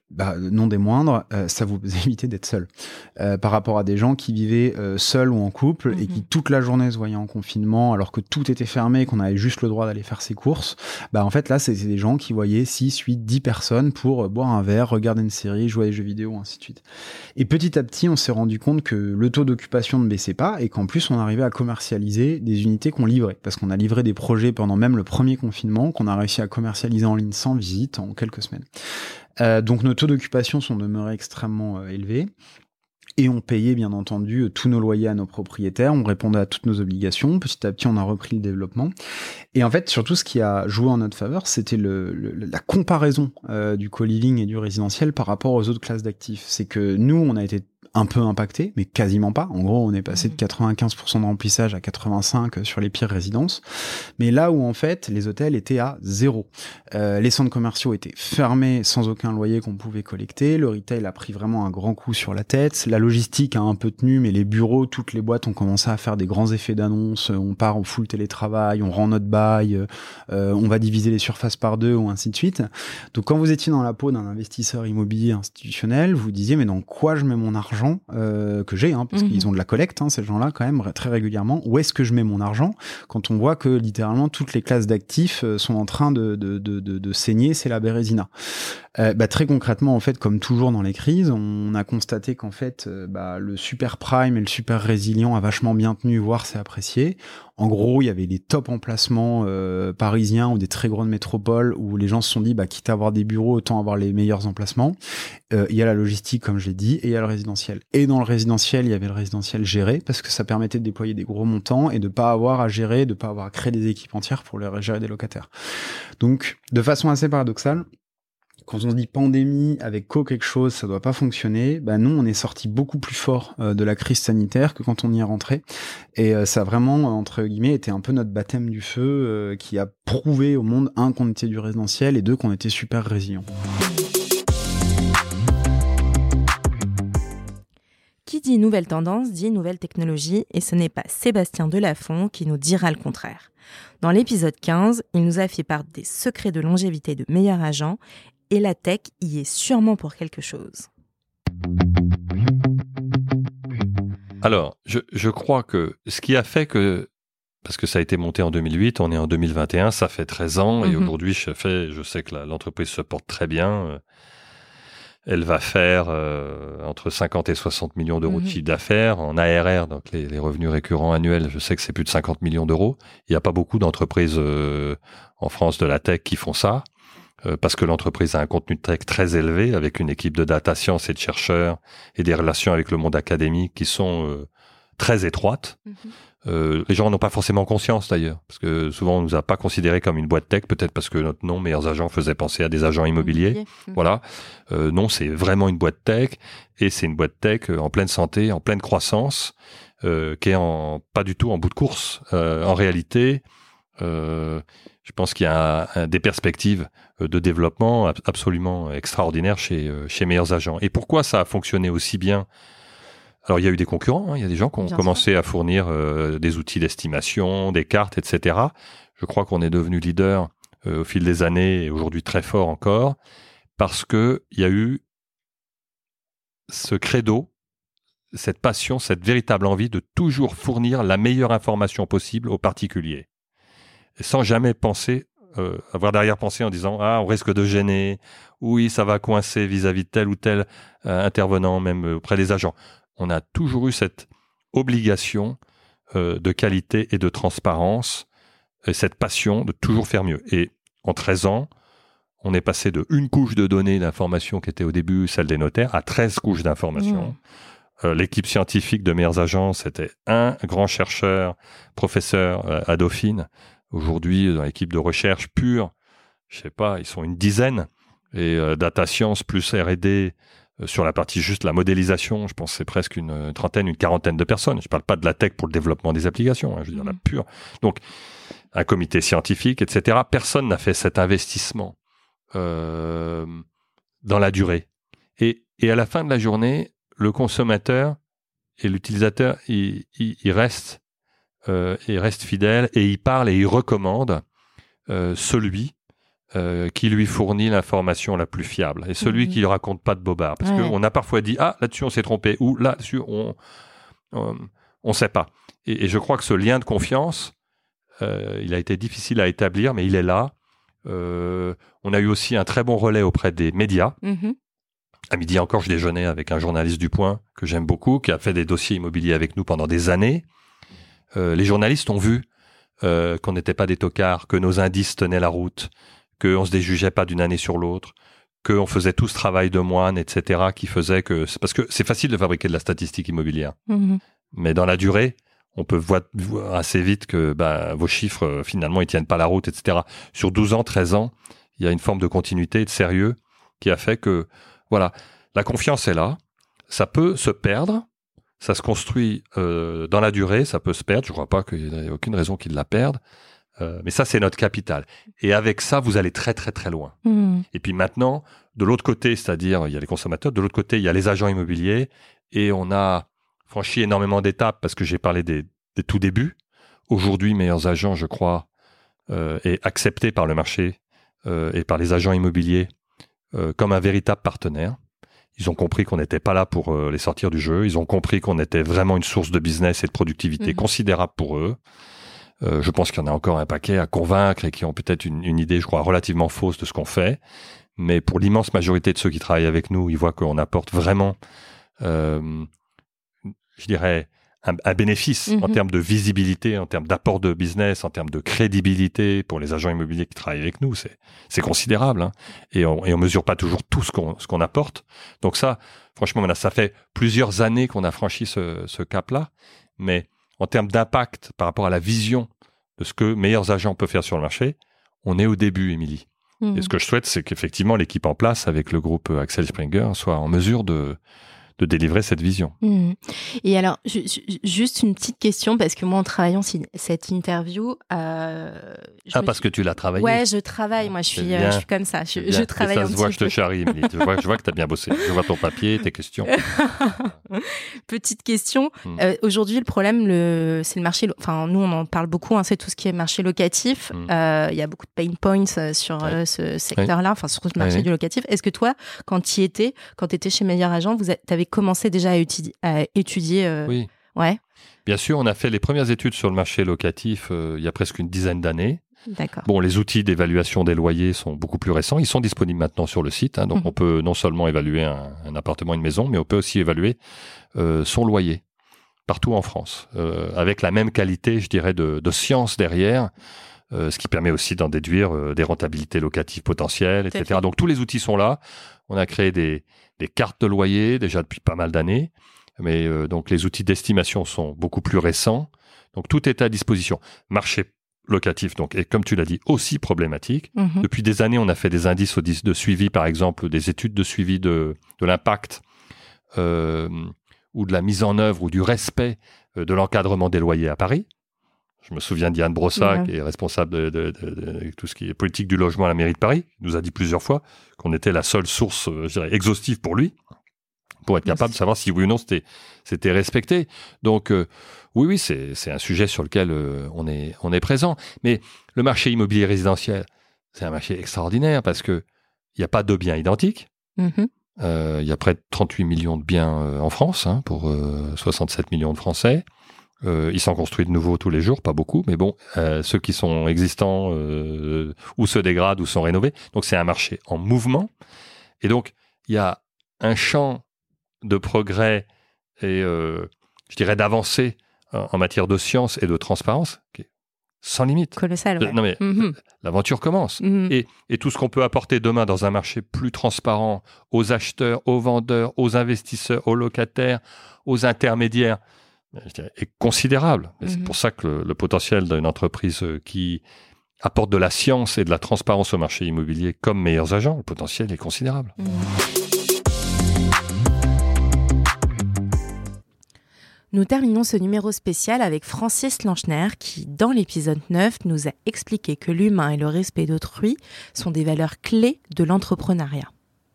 non des moindres, ça vous évitait d'être seul. Par rapport à des gens qui vivaient seuls ou en couple et qui toute la journée se voyaient en confinement alors que tout était fermé, qu'on avait juste le droit d'aller faire ses courses, en fait là c'était des gens qui voyaient 6, 8, 10 personnes pour boire un verre, regarder une série, jouer à des jeux vidéo, ainsi de suite. Et petit à petit on s'est rendu compte que le taux d'occupation ne baissait pas et qu'en plus on arrivait à commercialiser des unités qu'on livrait. Parce qu'on a livré des projets pendant même le premier confinement qu'on a réussi à commercialiser en ligne sans visite en quelques semaines. Donc nos taux d'occupation sont demeurés extrêmement élevés et on payait bien entendu tous nos loyers à nos propriétaires, on répondait à toutes nos obligations, petit à petit on a repris le développement et en fait surtout ce qui a joué en notre faveur c'était la comparaison du co-living et du résidentiel par rapport aux autres classes d'actifs. C'est que nous on a été un peu impacté, mais quasiment pas. En gros, on est passé de 95% de remplissage à 85% sur les pires résidences. Mais là où, en fait, les hôtels étaient à 0. Les centres commerciaux étaient fermés sans aucun loyer qu'on pouvait collecter. Le retail a pris vraiment un grand coup sur la tête. La logistique a un peu tenu, mais les bureaux, toutes les boîtes ont commencé à faire des grands effets d'annonce. On part au full télétravail, on rend notre bail, on va diviser les surfaces par 2 ou ainsi de suite. Donc, quand vous étiez dans la peau d'un investisseur immobilier institutionnel, vous disiez, mais dans quoi je mets mon argent que j'ai, parce qu'ils ont de la collecte, ces gens-là, quand même, très régulièrement. Où est-ce que je mets mon argent quand on voit que, littéralement, toutes les classes d'actifs sont en train de saigner, c'est la Bérésina. Très concrètement, en fait, comme toujours dans les crises, on a constaté qu'en fait, le super prime et le super résilient a vachement bien tenu, voire s'est apprécié. En gros, il y avait les top emplacements parisiens ou des très grandes métropoles où les gens se sont dit, quitte à avoir des bureaux, autant avoir les meilleurs emplacements. Il y a la logistique, comme je l'ai dit, et il y a le résidentiel. Et dans le résidentiel, il y avait le résidentiel géré, parce que ça permettait de déployer des gros montants et de pas avoir à gérer, de pas avoir à créer des équipes entières pour gérer des locataires. Donc, de façon assez paradoxale, quand on se dit pandémie avec quelque chose, ça doit pas fonctionner, nous, on est sorti beaucoup plus fort de la crise sanitaire que quand on y est rentré. Et ça a vraiment, entre guillemets, été un peu notre baptême du feu qui a prouvé au monde, 1, qu'on était du résidentiel et 2, qu'on était super résilient. Qui dit nouvelle tendance dit nouvelle technologie et ce n'est pas Sébastien Delafont qui nous dira le contraire. Dans l'épisode 15, il nous a fait part des secrets de longévité de meilleurs agents et la tech y est sûrement pour quelque chose. Alors, je crois que ce qui a fait que, parce que ça a été monté en 2008, on est en 2021, ça fait 13 ans et aujourd'hui je sais que l'entreprise se porte très bien. Elle va faire entre 50 et 60 millions d'euros de chiffre d'affaires en ARR, donc les revenus récurrents annuels, je sais que c'est plus de 50 millions d'euros. Il n'y a pas beaucoup d'entreprises en France de la tech qui font ça, parce que l'entreprise a un contenu de tech très élevé, avec une équipe de data science et de chercheurs, et des relations avec le monde académique qui sont très étroites. Les gens n'ont pas forcément conscience d'ailleurs, parce que souvent on nous a pas considéré comme une boîte tech, peut-être parce que notre nom Meilleurs Agents faisait penser à des agents immobiliers. Voilà. Non, c'est vraiment une boîte tech, et c'est une boîte tech en pleine santé, en pleine croissance, qui est pas du tout en bout de course. En réalité, je pense qu'il y a des perspectives de développement absolument extraordinaires chez Meilleurs Agents. Et pourquoi ça a fonctionné aussi bien? Alors, il y a eu des concurrents, il y a des gens qui ont commencé à fournir des outils d'estimation, des cartes, etc. Je crois qu'on est devenu leader au fil des années et aujourd'hui très fort encore parce que il y a eu ce credo, cette passion, cette véritable envie de toujours fournir la meilleure information possible aux particuliers. Sans jamais penser, avoir d'arrière-pensée en disant « Ah, on risque de gêner », « Oui, ça va coincer vis-à-vis de tel ou tel intervenant, même auprès des agents ». On a toujours eu cette obligation de qualité et de transparence, et cette passion de toujours faire mieux. Et en 13 ans, on est passé de une couche de données d'information qui était au début celle des notaires à 13 couches d'informations. L'équipe scientifique de Meilleurs Agents, c'était un grand chercheur, professeur à Dauphine. Aujourd'hui, dans l'équipe de recherche pure, je sais pas, ils sont une dizaine. Et data science plus R&D, sur la partie juste la modélisation, je pense que c'est presque une trentaine, une quarantaine de personnes. Je ne parle pas de la tech pour le développement des applications, je veux dire la pure. Donc, un comité scientifique, etc. Personne n'a fait cet investissement dans la durée. Et à la fin de la journée, le consommateur et l'utilisateur, il reste fidèle et il parle et il recommande celui qui lui fournit l'information la plus fiable et celui qui ne raconte pas de bobards. Parce qu'on a parfois dit « Ah, là-dessus, on s'est trompé » ou « Là-dessus, on ne sait pas ». Et je crois que ce lien de confiance, il a été difficile à établir, mais il est là. On a eu aussi un très bon relais auprès des médias. À midi encore, je déjeunais avec un journaliste du Point que j'aime beaucoup, qui a fait des dossiers immobiliers avec nous pendant des années. Les journalistes ont vu qu'on n'était pas des tocards, que nos indices tenaient la route, qu'on ne se déjugeait pas d'une année sur l'autre, qu'on faisait tout ce travail de moine, etc., qui faisait que... Parce que c'est facile de fabriquer de la statistique immobilière. Mais dans la durée, on peut voir assez vite que vos chiffres, finalement, ils ne tiennent pas la route, etc. Sur 12 ans, 13 ans, il y a une forme de continuité et de sérieux qui a fait que, voilà, la confiance est là. Ça peut se perdre. Ça se construit dans la durée, ça peut se perdre. Je ne crois pas qu'il n'y ait aucune raison qu'il la perde. Mais ça, c'est notre capital. Et avec ça, vous allez très, très, très loin. Et puis maintenant, de l'autre côté, c'est-à-dire, il y a les consommateurs, de l'autre côté, il y a les agents immobiliers. Et on a franchi énormément d'étapes parce que j'ai parlé des tout débuts. Aujourd'hui, Meilleurs Agents, je crois, est accepté par le marché et par les agents immobiliers comme un véritable partenaire. Ils ont compris qu'on n'était pas là pour les sortir du jeu. Ils ont compris qu'on était vraiment une source de business et de productivité considérable pour eux. Je pense qu'il y en a encore un paquet à convaincre et qui ont peut-être une idée, je crois, relativement fausse de ce qu'on fait. Mais pour l'immense majorité de ceux qui travaillent avec nous, ils voient qu'on apporte vraiment, je dirais, un bénéfice en termes de visibilité, en termes d'apport de business, en termes de crédibilité pour les agents immobiliers qui travaillent avec nous. C'est considérable. Hein. Et on mesure pas toujours tout ce qu'on apporte. Donc ça, franchement, ça fait plusieurs années qu'on a franchi ce cap-là. Mais en termes d'impact par rapport à la vision de ce que Meilleurs Agents peuvent faire sur le marché, on est au début, Émilie. Et ce que je souhaite, c'est qu'effectivement, l'équipe en place avec le groupe Axel Springer soit en mesure de délivrer cette vision. Et alors, juste une petite question, parce que moi, en travaillant cette interview... parce que tu l'as travaillé. Ouais, je travaille. Moi, je suis comme ça. Je travaille un petit peu. Ça se voit, je te charrie, Émilie. Je vois que tu as bien bossé. Je vois ton papier, tes questions. Petite question. Aujourd'hui, le problème, c'est le marché... Enfin, nous, on en parle beaucoup. C'est tout ce qui est marché locatif. Il y a beaucoup de pain points sur ce secteur-là, enfin, sur le marché du locatif. Est-ce que toi, quand tu étais chez Meilleurs Agents, tu avais commencé déjà à étudier Oui. Ouais. Bien sûr, on a fait les premières études sur le marché locatif il y a presque une dizaine d'années. D'accord. Bon, les outils d'évaluation des loyers sont beaucoup plus récents. Ils sont disponibles maintenant sur le site. Donc, on peut non seulement évaluer un appartement, une maison, mais on peut aussi évaluer son loyer partout en France, avec la même qualité, je dirais, de science derrière, ce qui permet aussi d'en déduire des rentabilités locatives potentielles, etc. Donc, tous les outils sont là. On a créé des cartes de loyer déjà depuis pas mal d'années, mais donc les outils d'estimation sont beaucoup plus récents. Donc tout est à disposition. Marché locatif, donc, et comme tu l'as dit, aussi problématique. Depuis des années, on a fait des indices de suivi, par exemple, des études de suivi de l'impact ou de la mise en œuvre ou du respect de l'encadrement des loyers à Paris. Je me souviens d'Yann Brossa, qui est responsable de tout ce qui est politique du logement à la mairie de Paris. Il nous a dit plusieurs fois qu'on était la seule source, je dirais, exhaustive pour lui, pour être capable de savoir si oui ou non c'était respecté. Donc, oui, c'est un sujet sur lequel on est présent. Mais le marché immobilier résidentiel, c'est un marché extraordinaire parce que il n'y a pas de biens identiques. Il y a près de 38 millions de biens en France, pour 67 millions de Français. Ils s'en construisent de nouveaux tous les jours, pas beaucoup, mais bon, ceux qui sont existants ou se dégradent ou sont rénovés. Donc, c'est un marché en mouvement. Et donc, il y a un champ de progrès et, je dirais, d'avancée en matière de science et de transparence qui est sans limite. Colossal, ouais. Non, mais l'aventure commence. Et tout ce qu'on peut apporter demain dans un marché plus transparent aux acheteurs, aux vendeurs, aux investisseurs, aux locataires, aux intermédiaires, est considérable. C'est pour ça que le potentiel d'une entreprise qui apporte de la science et de la transparence au marché immobilier comme Meilleurs Agents, le potentiel est considérable. Nous terminons ce numéro spécial avec Francis Lanchner qui, dans l'épisode 9, nous a expliqué que l'humain et le respect d'autrui sont des valeurs clés de l'entrepreneuriat.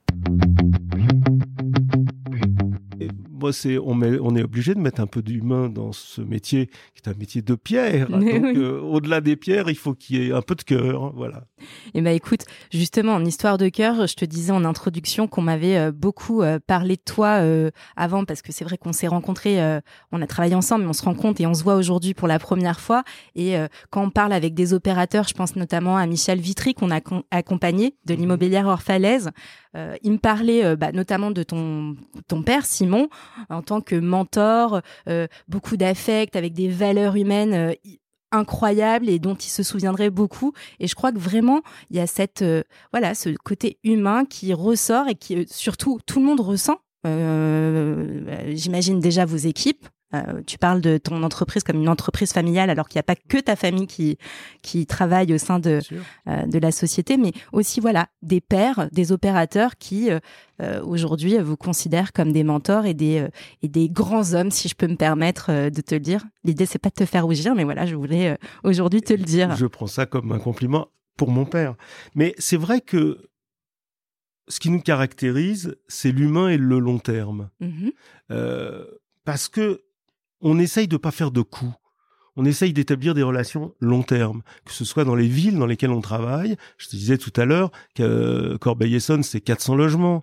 Moi, on est obligé de mettre un peu d'humain dans ce métier, qui est un métier de pierre. Mais donc, oui. Au-delà des pierres, il faut qu'il y ait un peu de cœur. Voilà. Eh ben, écoute, justement, en histoire de cœur, je te disais en introduction qu'on m'avait beaucoup parlé de toi avant, parce que c'est vrai qu'on s'est rencontrés, on a travaillé ensemble, mais on se rencontre et on se voit aujourd'hui pour la première fois. Et quand on parle avec des opérateurs, je pense notamment à Michel Vitry, qu'on a accompagné de l'immobilière Orphalaise. Il me parlait notamment de ton père, Simon, en tant que mentor, beaucoup d'affect, avec des valeurs humaines incroyables et dont il se souviendrait beaucoup. Et je crois que vraiment, il y a ce côté humain qui ressort et qui, surtout, tout le monde ressent. J'imagine déjà vos équipes. Tu parles de ton entreprise comme une entreprise familiale, alors qu'il n'y a pas que ta famille qui travaille au sein de la société, mais aussi des pairs, des opérateurs qui aujourd'hui vous considèrent comme des mentors et des grands hommes, si je peux me permettre de te le dire. L'idée, c'est pas de te faire rougir, mais je voulais aujourd'hui te le dire. Je prends ça comme un compliment pour mon père. Mais c'est vrai que ce qui nous caractérise, c'est l'humain et le long terme. Parce que on essaye de pas faire de coups. On essaye d'établir des relations long terme, que ce soit dans les villes dans lesquelles on travaille. Je te disais tout à l'heure que Corbeil-Essonnes, c'est 400 logements.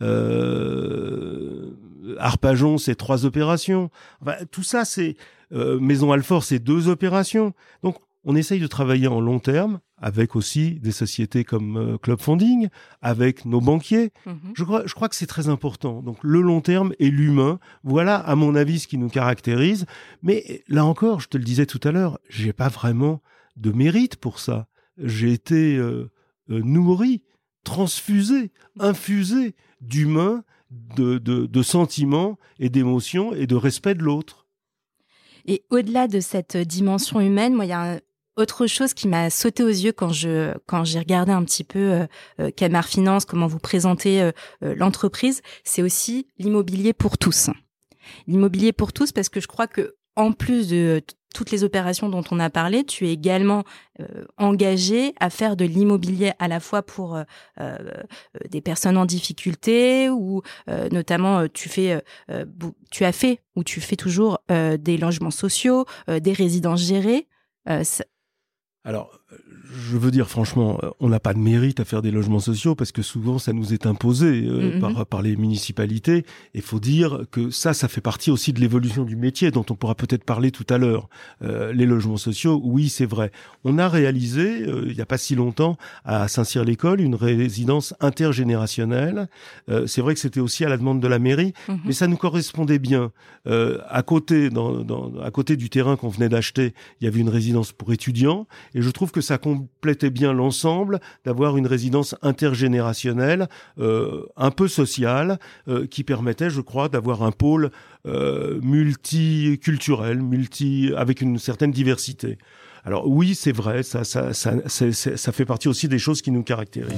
Arpajon, c'est 3 opérations. Enfin, tout ça, c'est Maison Alfort, c'est 2 opérations. Donc, on essaye de travailler en long terme, avec aussi des sociétés comme Club Funding, avec nos banquiers. Je crois que c'est très important. Donc, le long terme et l'humain, voilà, à mon avis, ce qui nous caractérise. Mais là encore, je te le disais tout à l'heure, j'ai pas vraiment de mérite pour ça. J'ai été nourri, transfusé, infusé d'humain, de sentiments et d'émotions et de respect de l'autre. Et au-delà de cette dimension humaine, moi, il y a autre chose qui m'a sauté aux yeux quand j'ai regardé un petit peu Kemar Finance, comment vous présentez l'entreprise, c'est aussi l'immobilier pour tous. L'immobilier pour tous, parce que je crois que en plus de toutes les opérations dont on a parlé, tu es également engagé à faire de l'immobilier à la fois pour des personnes en difficulté ou notamment tu fais toujours des logements sociaux, des résidences gérées. Alors, je veux dire franchement, on n'a pas de mérite à faire des logements sociaux parce que souvent ça nous est imposé par les municipalités. Il faut dire que ça fait partie aussi de l'évolution du métier dont on pourra peut-être parler tout à l'heure. Les logements sociaux, oui, c'est vrai. On a réalisé, il n'y a pas si longtemps, à Saint-Cyr-l'École, une résidence intergénérationnelle. C'est vrai que c'était aussi à la demande de la mairie, mais ça nous correspondait bien. À côté du terrain qu'on venait d'acheter, il y avait une résidence pour étudiants. Et je trouve que ça complétait bien l'ensemble d'avoir une résidence intergénérationnelle, un peu sociale, qui permettait, je crois, d'avoir un pôle multiculturel, avec une certaine diversité. Alors oui, c'est vrai, ça fait partie aussi des choses qui nous caractérisent.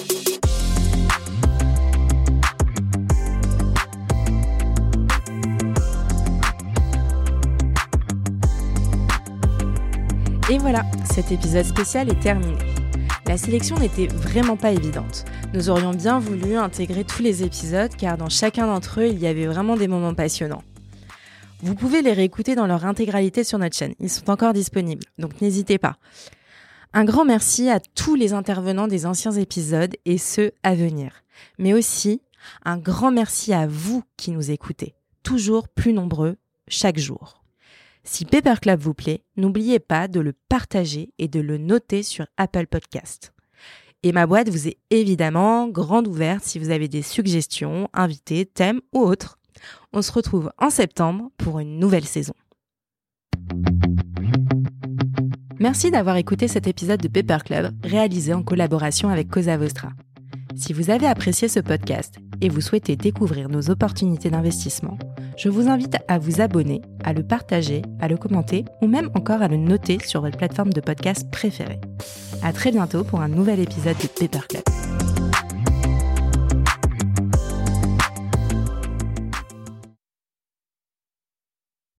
Et voilà, cet épisode spécial est terminé. La sélection n'était vraiment pas évidente. Nous aurions bien voulu intégrer tous les épisodes car dans chacun d'entre eux, il y avait vraiment des moments passionnants. Vous pouvez les réécouter dans leur intégralité sur notre chaîne. Ils sont encore disponibles, donc n'hésitez pas. Un grand merci à tous les intervenants des anciens épisodes et ceux à venir. Mais aussi, un grand merci à vous qui nous écoutez, toujours plus nombreux chaque jour. Si Paper Club vous plaît, n'oubliez pas de le partager et de le noter sur Apple Podcast. Et ma boîte vous est évidemment grande ouverte si vous avez des suggestions, invités, thèmes ou autres. On se retrouve en septembre pour une nouvelle saison. Merci d'avoir écouté cet épisode de Paper Club réalisé en collaboration avec Cosa Vostra. Si vous avez apprécié ce podcast et vous souhaitez découvrir nos opportunités d'investissement, je vous invite à vous abonner, à le partager, à le commenter ou même encore à le noter sur votre plateforme de podcast préférée. À très bientôt pour un nouvel épisode de Paper Club.